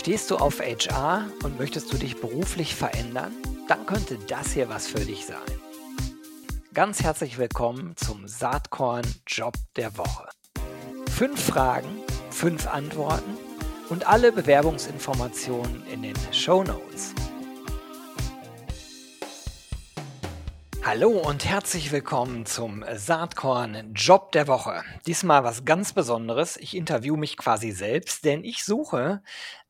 Stehst du auf HR und möchtest du dich beruflich verändern? Dann könnte das hier was für dich sein. Ganz herzlich willkommen zum Saatkorn Job der Woche. 5 Fragen, 5 Antworten und alle Bewerbungsinformationen in den Shownotes. Hallo und herzlich willkommen zum Saatkorn Job der Woche. Diesmal was ganz Besonderes. Ich interviewe mich quasi selbst, denn ich suche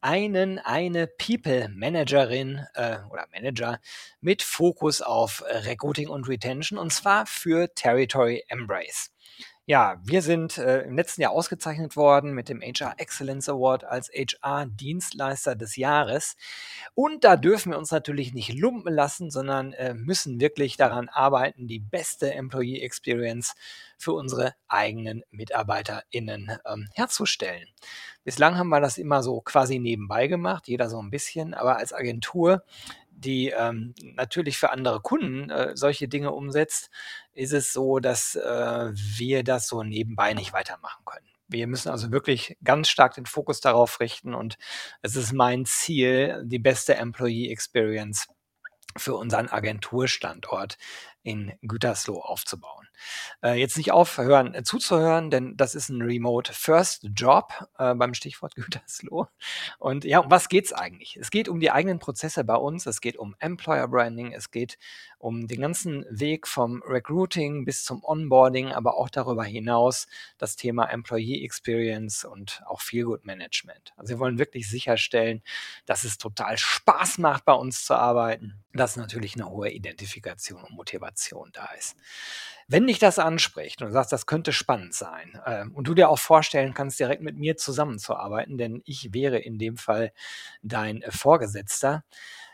eine People Managerin oder Manager mit Fokus auf Recruiting und Retention, und zwar für Territory Embrace. Ja, wir sind im letzten Jahr ausgezeichnet worden mit dem HR Excellence Award als HR-Dienstleister des Jahres. Und da dürfen wir uns natürlich nicht lumpen lassen, sondern müssen wirklich daran arbeiten, die beste Employee Experience für unsere eigenen MitarbeiterInnen herzustellen. Bislang haben wir das immer so quasi nebenbei gemacht, jeder so ein bisschen, aber als Agentur, die natürlich für andere Kunden solche Dinge umsetzt, ist es so, dass wir das so nebenbei nicht weitermachen können. Wir müssen also wirklich ganz stark den Fokus darauf richten, und es ist mein Ziel, die beste Employee Experience für unseren Agenturstandort in Gütersloh aufzubauen. Jetzt nicht aufhören zuzuhören, denn das ist ein Remote-First-Job beim Stichwort Gütersloh. Und ja, um was geht's eigentlich? Es geht um die eigenen Prozesse bei uns, es geht um Employer Branding, es geht um den ganzen Weg vom Recruiting bis zum Onboarding, aber auch darüber hinaus das Thema Employee Experience und auch Feel-Good Management. Also wir wollen wirklich sicherstellen, dass es total Spaß macht, bei uns zu arbeiten, dass natürlich eine hohe Identifikation und Motivation da ist. Wenn dich das anspricht und du sagst, das könnte spannend sein, und du dir auch vorstellen kannst, direkt mit mir zusammenzuarbeiten, denn ich wäre in dem Fall dein Vorgesetzter,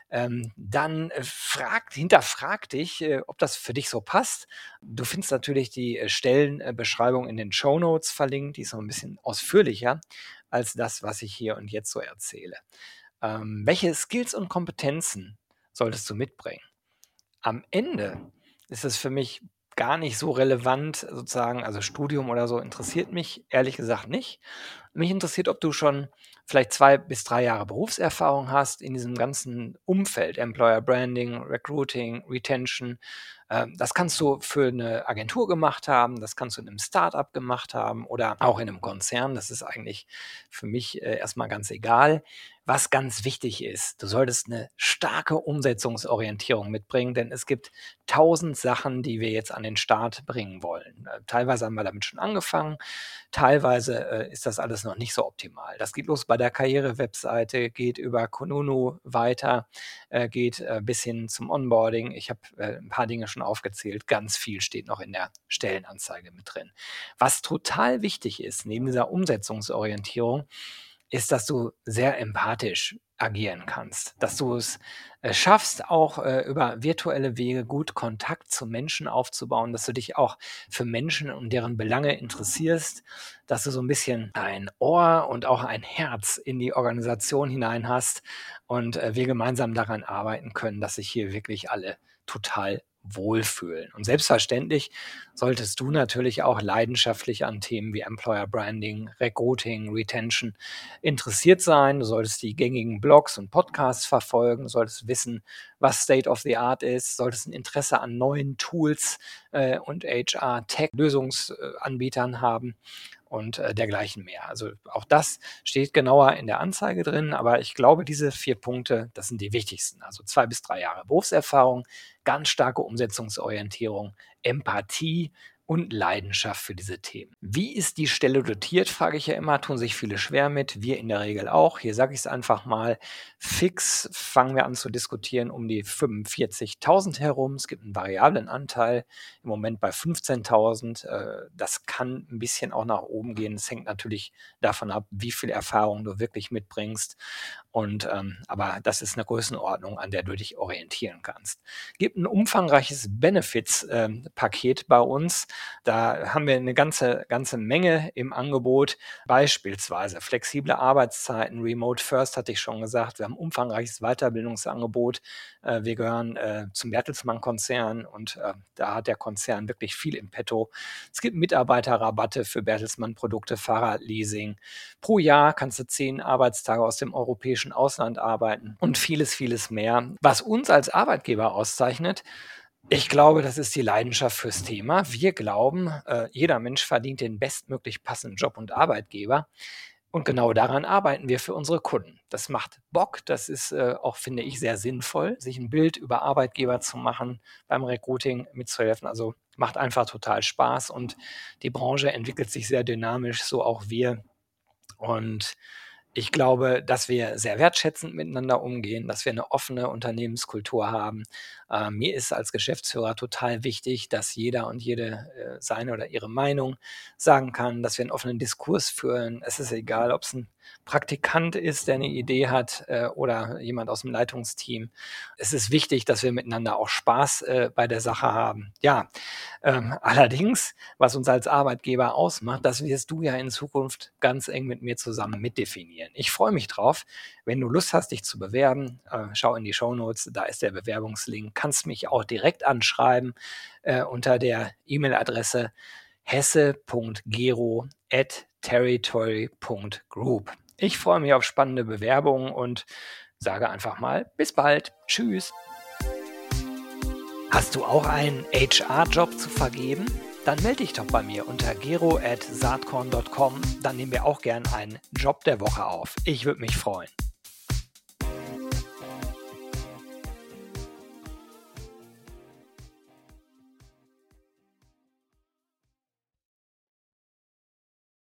dann hinterfrag dich, ob das für dich so passt. Du findest natürlich die Stellenbeschreibung in den Shownotes verlinkt, die ist noch ein bisschen ausführlicher als das, was ich hier und jetzt so erzähle. Welche Skills und Kompetenzen solltest du mitbringen? Am Ende ist es für mich gar nicht so relevant sozusagen, also Studium oder so interessiert mich ehrlich gesagt nicht. Mich interessiert, ob du schon vielleicht 2 bis 3 Jahre Berufserfahrung hast in diesem ganzen Umfeld, Employer Branding, Recruiting, Retention. Das kannst du für eine Agentur gemacht haben, das kannst du in einem Start-up gemacht haben oder auch in einem Konzern. Das ist eigentlich für mich erst ganz egal. Was ganz wichtig ist, du solltest eine starke Umsetzungsorientierung mitbringen, denn es gibt 1.000 Sachen, die wir jetzt an den Start bringen wollen. Teilweise haben wir damit schon angefangen, teilweise ist das alles noch nicht so optimal. Das geht los bei der Karriere-Webseite, geht über Kununu weiter, geht bis hin zum Onboarding. Ich habe ein paar Dinge schon aufgezählt. Ganz viel steht noch in der Stellenanzeige mit drin. Was total wichtig ist, neben dieser Umsetzungsorientierung, ist, dass du sehr empathisch agieren kannst, dass du es schaffst, auch über virtuelle Wege gut Kontakt zu Menschen aufzubauen, dass du dich auch für Menschen und deren Belange interessierst, dass du so ein bisschen ein Ohr und auch ein Herz in die Organisation hinein hast und wir gemeinsam daran arbeiten können, dass sich hier wirklich alle total wohlfühlen. Und selbstverständlich solltest du natürlich auch leidenschaftlich an Themen wie Employer Branding, Recruiting, Retention interessiert sein. Du solltest die gängigen Blogs und Podcasts verfolgen, du solltest wissen, was State of the Art ist, solltest ein Interesse an neuen Tools und HR-Tech-Lösungsanbietern haben und dergleichen mehr. Also auch das steht genauer in der Anzeige drin, aber ich glaube, diese 4 Punkte, das sind die wichtigsten. Also 2 bis 3 Jahre Berufserfahrung, ganz starke Umsetzungsorientierung, Empathie und Leidenschaft für diese Themen. Wie ist die Stelle dotiert, frage ich ja immer, tun sich viele schwer mit, wir in der Regel auch. Hier sage ich es einfach mal, fix fangen wir an zu diskutieren um die 45.000 herum. Es gibt einen variablen Anteil, im Moment bei 15.000. Das kann ein bisschen auch nach oben gehen. Es hängt natürlich davon ab, wie viel Erfahrung du wirklich mitbringst. Aber das ist eine Größenordnung, an der du dich orientieren kannst. Gibt ein umfangreiches Benefits-Paket bei uns. Da haben wir eine ganze Menge im Angebot, beispielsweise flexible Arbeitszeiten, Remote First hatte ich schon gesagt. Wir haben ein umfangreiches Weiterbildungsangebot. Wir gehören zum Bertelsmann-Konzern und da hat der Konzern wirklich viel im Petto. Es gibt Mitarbeiterrabatte für Bertelsmann-Produkte, Fahrradleasing. Pro Jahr kannst du 10 Arbeitstage aus dem europäischen Ausland arbeiten und vieles, vieles mehr. Was uns als Arbeitgeber auszeichnet, ich glaube, das ist die Leidenschaft fürs Thema. Wir glauben, jeder Mensch verdient den bestmöglich passenden Job und Arbeitgeber. Und genau daran arbeiten wir für unsere Kunden. Das macht Bock, das ist auch, finde ich, sehr sinnvoll, sich ein Bild über Arbeitgeber zu machen, beim Recruiting mitzuhelfen. Also macht einfach total Spaß und die Branche entwickelt sich sehr dynamisch, so auch wir. Und ich glaube, dass wir sehr wertschätzend miteinander umgehen, dass wir eine offene Unternehmenskultur haben. Mir ist als Geschäftsführer total wichtig, dass jeder und jede seine oder ihre Meinung sagen kann, dass wir einen offenen Diskurs führen. Es ist egal, ob es ein Praktikant ist, der eine Idee hat oder jemand aus dem Leitungsteam. Es ist wichtig, dass wir miteinander auch Spaß bei der Sache haben. Ja, allerdings, was uns als Arbeitgeber ausmacht, das wirst du ja in Zukunft ganz eng mit mir zusammen mitdefinieren. Ich freue mich drauf. Wenn du Lust hast, dich zu bewerben, schau in die Shownotes, da ist der Bewerbungslink. Kannst mich auch direkt anschreiben unter der E-Mail-Adresse hesse.gero@territory.group. Ich freue mich auf spannende Bewerbungen und sage einfach mal bis bald. Tschüss. Hast du auch einen HR-Job zu vergeben? Dann melde dich doch bei mir unter gero@saatkorn.com. Dann nehmen wir auch gern einen Job der Woche auf. Ich würde mich freuen.